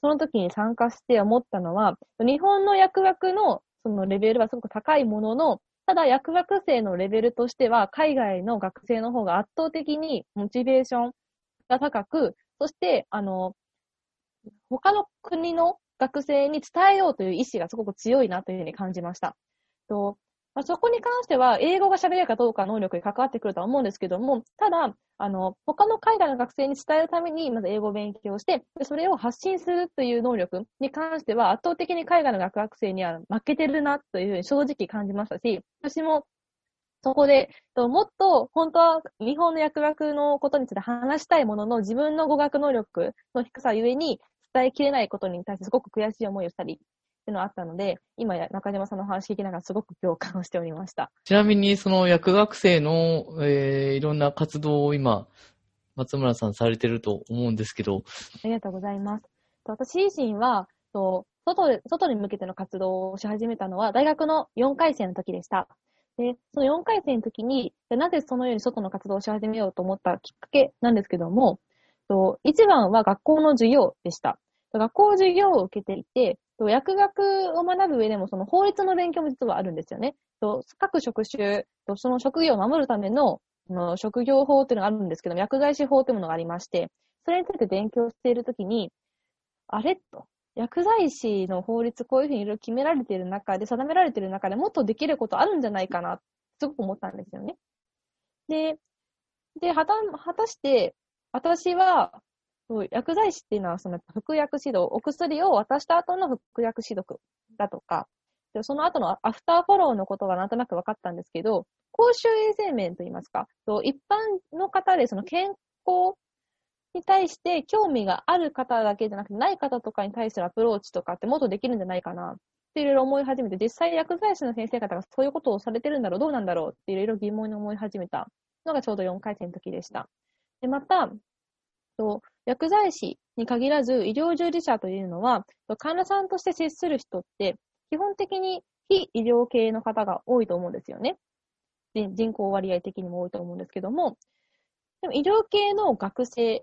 その時に参加して思ったのは、日本の薬学のそのレベルはすごく高いものの、ただ薬学生のレベルとしては、海外の学生の方が圧倒的にモチベーションが高く、そして、他の国の学生に伝えようという意志がすごく強いなというふうに感じました。そこに関しては、英語が喋れるかどうか能力に関わってくるとは思うんですけども、ただ、他の海外の学生に伝えるために、まず英語を勉強して、それを発信するという能力に関しては、圧倒的に海外の学生には負けてるなというふうに正直感じましたし、私もそこで、もっと本当は日本の薬学のことについて話したいものの、自分の語学能力の低さゆえに伝えきれないことに対してすごく悔しい思いをしたり、っていうのがあったので、今中島さんの話聞きながらすごく共感をしておりました。 ちなみにその薬学生の、いろんな活動を今、松村さんされてると思うんですけど。 ありがとうございます。私自身は、外に向けての活動をし始めたのは大学の4回生の時でした。で、その4回生の時に、なぜそのように外の活動をし始めようと思ったきっかけなんですけども、一番は学校の授業でした。学校授業を受けていて、薬学を学ぶ上でもその法律の勉強も実はあるんですよね。各職種、その職業を守るための職業法というのがあるんですけども、薬剤師法というものがありまして、それについて勉強しているときに、あれと、薬剤師の法律こういうふうにいろいろ決められている中で、定められている中でもっとできることあるんじゃないかな、すごく思ったんですよね。で、果たして、私は、薬剤師っていうのはその服薬指導、お薬を渡した後の服薬指導だとか、その後のアフターフォローのことがなんとなく分かったんですけど、公衆衛生面といいますか、一般の方でその健康に対して興味がある方だけじゃなくてない方とかに対するアプローチとかってもっとできるんじゃないかなっていろいろ思い始めて、実際薬剤師の先生方がそういうことをされてるんだろう、どうなんだろうっていろいろ疑問に思い始めたのがちょうど4回生の時でした。で、また、薬剤師に限らず医療従事者というのは、患者さんとして接する人って基本的に非医療系の方が多いと思うんですよね。で、人口割合的にも多いと思うんですけども、でも医療系の学生って、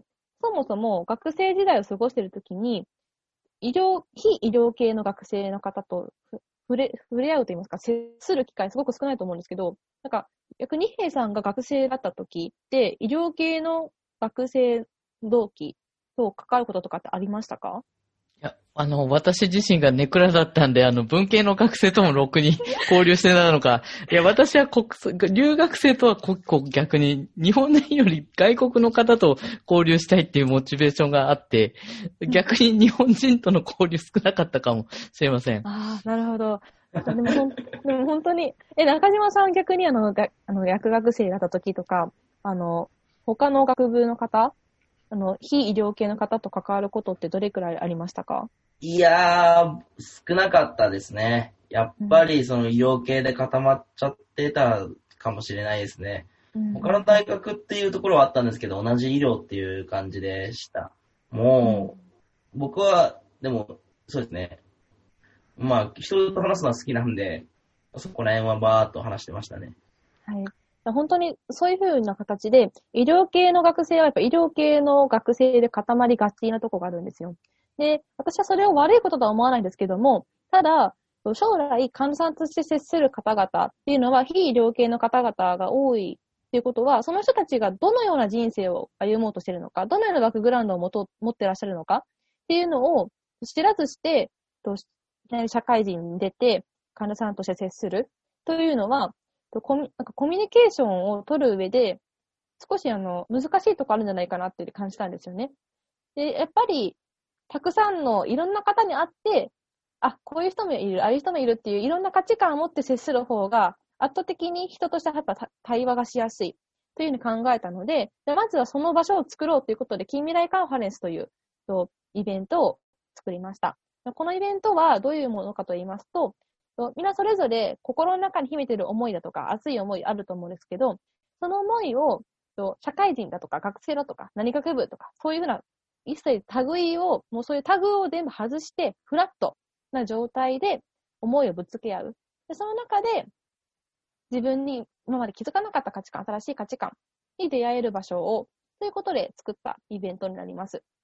そもそも学生時代を過ごしているときに、非医療系の学生の方と触れ合うと言いますか、接する機会すごく少ないと思うんですけど、逆に平さんが学生だったときって、医療系の学生同期と関わることとかってありましたか？ いや、私自身がネクラだったんで、文系の学生ともろくに交流してないのか。いや、私は留学生とは逆に、日本人より外国の方と交流したいっていうモチベーションがあって、逆に日本人との交流少なかったかもしれません。 ああ、なるほど。でも本当に、中島さん逆に薬学生だった時とか、他の学部の方、非医療系の方と関わることってどれくらいありましたか？ いやー、少なかったですね。やっぱりその医療系で固まっちゃってたかもしれないですね。他の大学っていうところはあったんですけど、同じ医療っていう感じでした。もう、僕は、でも、そうですね。まあ、人と話すのは好きなんで、そこら辺はバーっと話してましたね。 はい。本当にそういう風な形で、医療系の学生はやっぱ医療系の学生で固まりがちなとこがあるんですよ。で、私はそれを悪いこととは思わないんですけども、ただ、将来患者さんとして接する方々っていうのは非医療系の方々が多いっていうことは、その人たちがどのような人生を歩もうとしているのか、どのようなバックグラウンドを持ってらっしゃるのかっていうのを知らずして、社会人に出て患者さんとして接するというのは、コミュニケーションを取る上で、少し難しいとこあるんじゃないかなって感じたんですよね。で、やっぱり、たくさんのいろんな方に会って、こういう人もいる、ああいう人もいるっていういろんな価値観を持って接する方が、圧倒的に人としてやっぱ対話がしやすいというふうに考えたので、まずはその場所を作ろうということで、近未来カンファレンスというイベントを作りました。このイベントはどういうものかと言いますと、みんなそれぞれ心の中に秘めている思いだとか、熱い思いあると思うんですけど、その思いを、社会人だとか学生だとか何学部とか、そういうふうな一切類を、もうそういうタグを全部外して、フラットな状態で思いをぶつけ合う。で、その中で、自分に今まで気づかなかった価値観、新しい価値観に出会える場所を、ということで作ったイベントになります。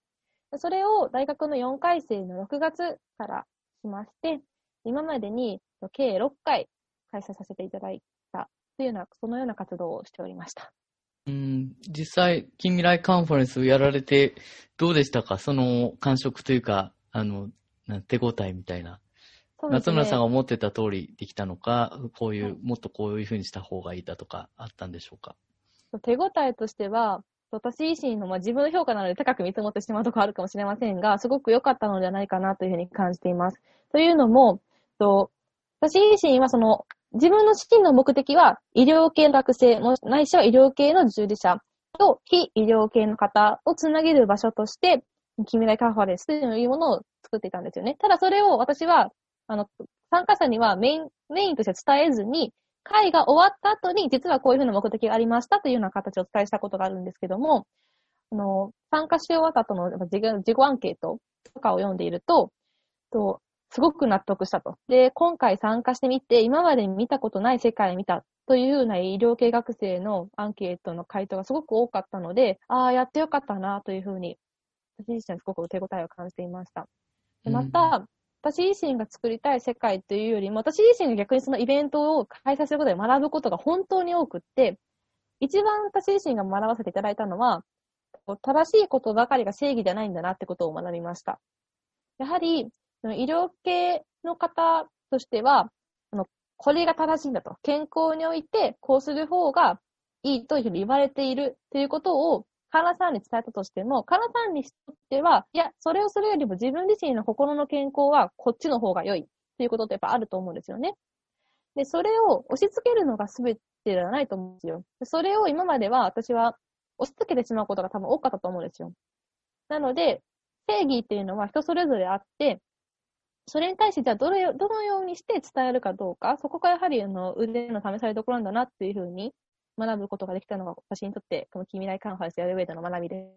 それを大学の4回生の6月からしまして、今までに計6回開催させていただいたというような、そのような活動をしておりました。 実際、近未来カンファレンスをやられて、どうでしたか？その感触というか、手応えみたいな。そうですね。夏村さんが思ってた通りできたのか、もっとこういう風にした方がいいだとか、あったんでしょうか？ 手応えとしては、私自身の、自分の評価なので高く見積もってしまうところあるかもしれませんが、すごく良かったのではないかなというふうに感じています。というのも、私自身は自分の資金の目的は、医療系の学生、ないしは医療系の従事者と非医療系の方をつなげる場所として、近未来カンファレンスというものを作っていたんですよね。ただそれを私は、参加者にはメインとして伝えずに、会が終わった後に、実はこういうふうな目的がありましたというような形をお伝えしたことがあるんですけども、参加し終わった後の自己アンケートとかを読んでいると、すごく納得したと。で、今回参加してみて、今まで見たことない世界を見たというような医療系学生のアンケートの回答がすごく多かったので、やってよかったなというふうに、私自身はすごく手応えを感じていました。でまた、私自身が作りたい世界というよりも、私自身が逆にそのイベントを開催することで学ぶことが本当に多くって、一番私自身が学ばせていただいたのは、正しいことばかりが正義じゃないんだなってことを学びました。やはり、医療系の方としては、これが正しいんだと。健康において、こうする方がいいというふうに言われているということを、カナさんに伝えたとしても、カナさんにとっては、いや、それをするよりも自分自身の心の健康はこっちの方が良いということってやっぱあると思うんですよね。で、それを押し付けるのが全てではないと思うんですよ。それを今までは私は押し付けてしまうことが多分多かったと思うんですよ。なので、正義っていうのは人それぞれあって、それに対してじゃあどのようにして伝えるかどうか、そこがやはり腕の試されどころなんだなっていうふうに学ぶことができたのが私にとってこの近未来カンファレンスやる上での学びです。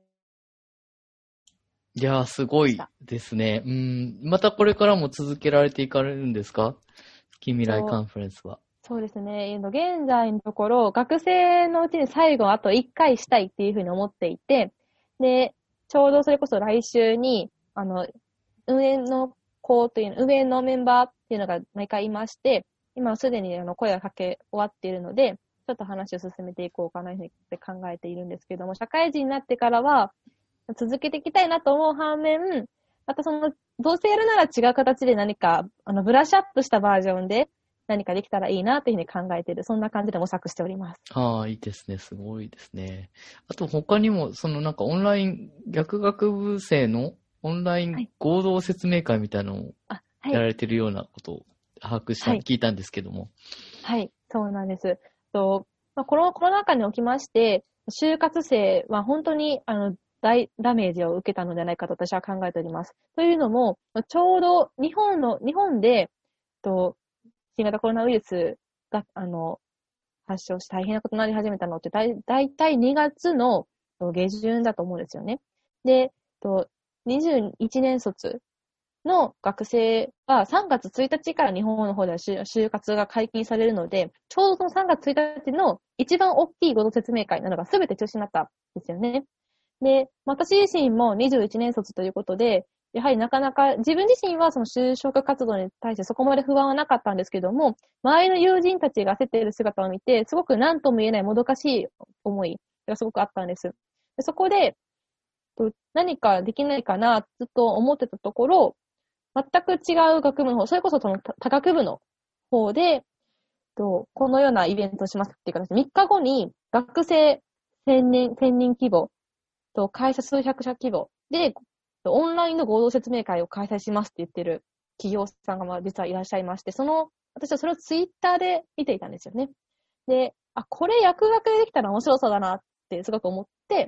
いやー、すごいですね。またこれからも続けられていかれるんですか？近未来カンファレンスは。 そうですね。現在のところ、学生のうちに最後あと1回したいっていうふうに思っていて、で、ちょうどそれこそ来週に、運営のメンバーっていうのが毎回いまして、今すでに声をかけ終わっているので、ちょっと話を進めていこうかなと考えているんですけども、社会人になってからは続けていきたいなと思う反面、またどうせやるなら違う形で何か、ブラッシュアップしたバージョンで何かできたらいいなというふうに考えている。そんな感じで模索しております。 いいですね。すごいですね。あと他にも、オンライン、逆学部生のオンライン合同説明会みたいなのをやられているようなことを聞いたんですけども。 はい、そうなんです。コロナ禍におきまして、就活生は本当に大ダメージを受けたのではないかと私は考えております。というのも、ちょうど日本で、新型コロナウイルスが、発症し大変なことになり始めたのってだいたい2月の下旬だと思うんですよね。で、21年卒の学生は3月1日から日本の方では就活が解禁されるので、ちょうどその3月1日の一番大きい合同説明会なのが全て中止になったんですよね。で、私自身も21年卒ということで、やはりなかなか自分自身はその就職活動に対してそこまで不安はなかったんですけども、周りの友人たちが焦っている姿を見て、すごく何とも言えないもどかしい思いがすごくあったんです。でそこで、何かできないかな、ずっと思ってたところ、全く違う学部の方、それこそその多学部の方で、このようなイベントをしますっていう形で、3日後に学生1000人規模、会社数百社規模で、オンラインの合同説明会を開催しますって言ってる企業さんが実はいらっしゃいまして、私はそれをツイッターで見ていたんですよね。で、これ薬学でできたら面白そうだなってすごく思って、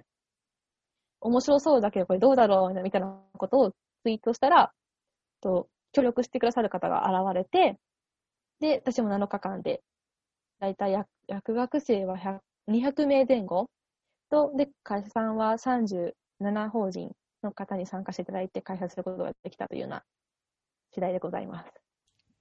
面白そうだけどこれどうだろうみたいなことをツイートしたら、協力してくださる方が現れて、で、私も7日間で、だいたい薬学生は200名前後で、会社さんは37法人の方に参加していただいて開催することができたというような次第でございます。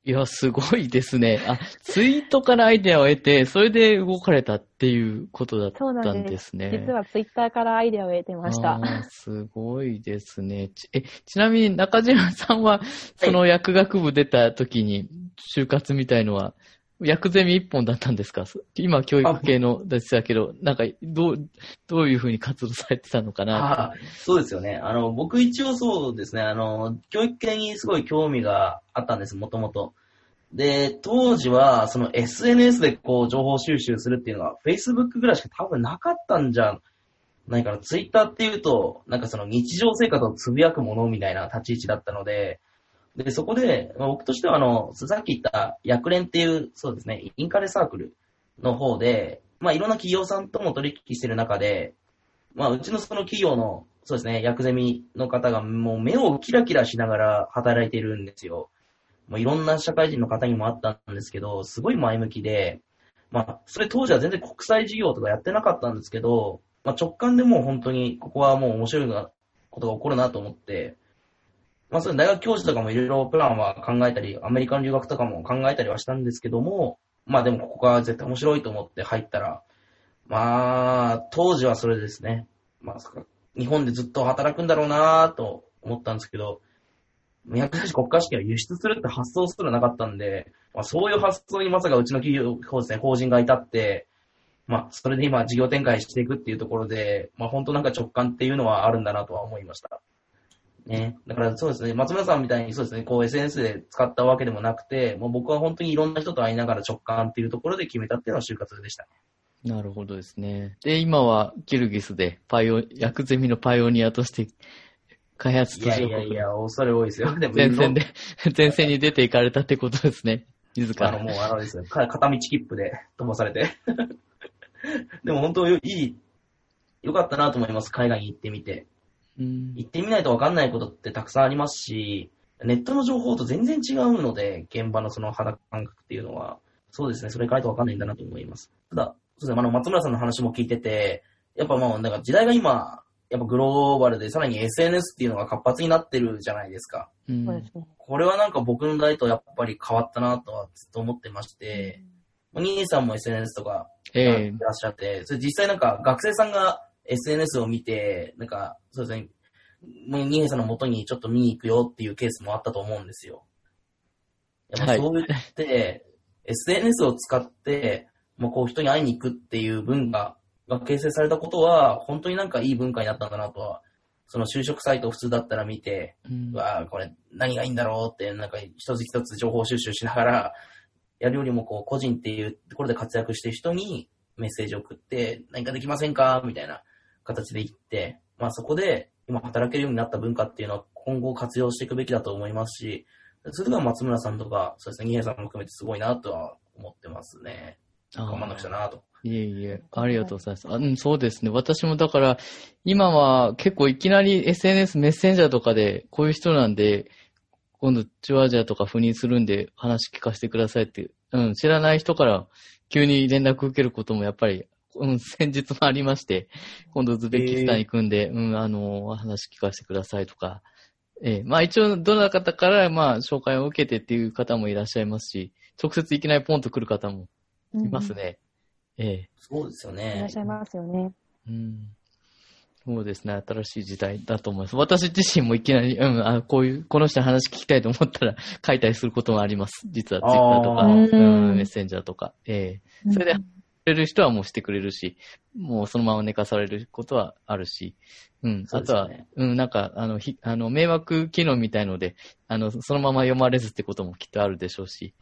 いや、すごいですね。ツイートからアイデアを得て、それで動かれたっていうことだったんですね。 実はツイッターからアイデアを得てました。 すごいですね。ちなみに中島さんは、その薬学部出た時に、就活みたいのは、薬ゼミ一本だったんですか？今教育系のでしたけど、なんか、どういうふうに活動されてたのかな。 そうですよね。僕一応そうですね、教育系にすごい興味があったんです、もともと。で、当時は、その SNS でこう、情報収集するっていうのは、Facebook ぐらいしか多分なかったんじゃないかな。Twitter っていうと、なんかその日常生活をつぶやくものみたいな立ち位置だったので、で、そこで、僕としてはさっき言った薬連っていう、そうですね、インカレサークルの方で、いろんな企業さんとも取引してる中で、うちのその企業の、そうですね、薬ゼミの方がもう目をキラキラしながら働いてるんですよ。もういろんな社会人の方にもあったんですけど、すごい前向きで、それ当時は全然国際事業とかやってなかったんですけど、直感でもう本当に、ここはもう面白いことが起こるなと思って、そういう大学教授とかもいろいろプランは考えたり、アメリカの留学とかも考えたりはしたんですけども、でもここが絶対面白いと思って入ったら、当時はそれですね。日本でずっと働くんだろうなと思ったんですけど、薬剤師国家試験を輸出するって発想すらなかったんで、そういう発想にまさかうちの企業、そうですね、法人が至って、それで今事業展開していくっていうところで、本当なんか直感っていうのはあるんだなとは思いました。ね。だからそうですね、松村さんみたいにそうですね、こう SNS で使ったわけでもなくて、もう僕は本当にいろんな人と会いながら直感っていうところで決めたっていうのは就活でしたね。 なるほどですね。で、今はキルギスで薬ゼミのパイオニアとして開発途上国。 いや、恐れ多いですよ。 前線に出ていかれたってことですね。自ら。 もうですね、片道切符で飛ばされて。でも本当よかったなと思います、海外に行ってみて。行ってみないと分かんないことってたくさんありますし、ネットの情報と全然違うので、現場のその肌感覚っていうのは、そうですね、それからと分かんないんだなと思います。ただ、そうですね、松村さんの話も聞いてて、やっぱなんか時代が今、やっぱグローバルで、さらに SNS っていうのが活発になってるじゃないですか。これはなんか僕の代とやっぱり変わったなとはずっと思ってまして、兄さんも SNS とかやってらっしゃって、それ実際なんか学生さんがSNS を見て、なんか、そうですね、兄さんの元にちょっと見に行くよっていうケースもあったと思うんですよ。やっぱそう言って、SNS を使って、こう人に会いに行くっていう文化が形成されたことは、本当になんかいい文化になったんだなとは、その就職サイトを普通だったら見て、これ何がいいんだろうって、なんか一つ一つ情報収集しながら、やるよりもこう個人っていうところで活躍してる人にメッセージを送って、何かできませんかみたいな形で言って、そこで今働けるようになった文化っていうのは今後活用していくべきだと思いますし、それが松村さんとか、そうですね、二平さんも含めてすごいなとは思ってますね。頑張んなくちゃなと。 いえ、ありがとうございます。そうですね。私もだから、今は結構いきなり SNS メッセンジャーとかで、こういう人なんで、今度中央アジアとか赴任するんで話聞かせてくださいって、知らない人から急に連絡受けることもやっぱり、先日もありまして、今度ウズベキスタン行くんで、話聞かせてくださいとか、一応どなたから紹介を受けてっていう方もいらっしゃいますし、直接いきなりポンと来る方もいますね。 そうですよね。 いらっしゃいますよね。 そうですね。新しい時代だと思います。私自身もいきなり、この人の話聞きたいと思ったら書いたりすることもあります。実はツイッターとか、メッセンジャーとか。それで、くれる人はもうしてくれるし、もうそのまま寝かされることはあるし、あとは、なんか、迷惑機能みたいので、そのまま読まれずってこともきっとあるでしょうし、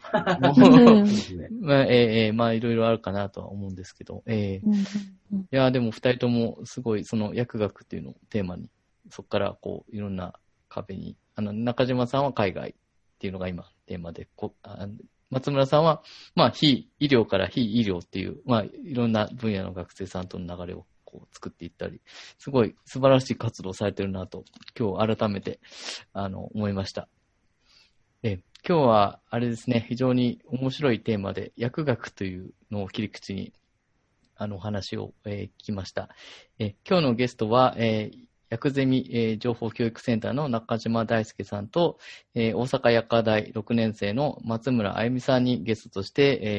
いろいろあるかなとは思うんですけど、いや、でも二人ともすごい、その薬学っていうのをテーマに、そこからこう、いろんな壁に、中島さんは海外っていうのが今テーマで、松村さんは、非医療から非医療っていう、いろんな分野の学生さんとの流れをこう作っていったり、すごい素晴らしい活動をされてるなと、今日改めて、思いました。今日は、あれですね、非常に面白いテーマで、薬学というのを切り口に、お話を、聞きました。今日のゲストは、 薬ゼミ、情報教育センターの中島大輔さんと、大阪薬科大6年生の松村あゆみさんにゲストとして、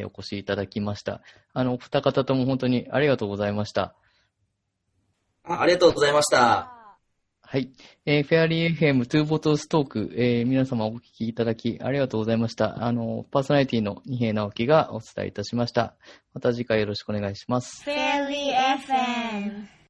お越しいただきました。お二方とも本当にありがとうございました。 ありがとうございました。 はい。フェアリー FM トゥーボトルストーク、皆様お聞きいただきありがとうございました。パーソナリティの二平直樹がお伝えいたしました。また次回よろしくお願いします。 フェアリー FM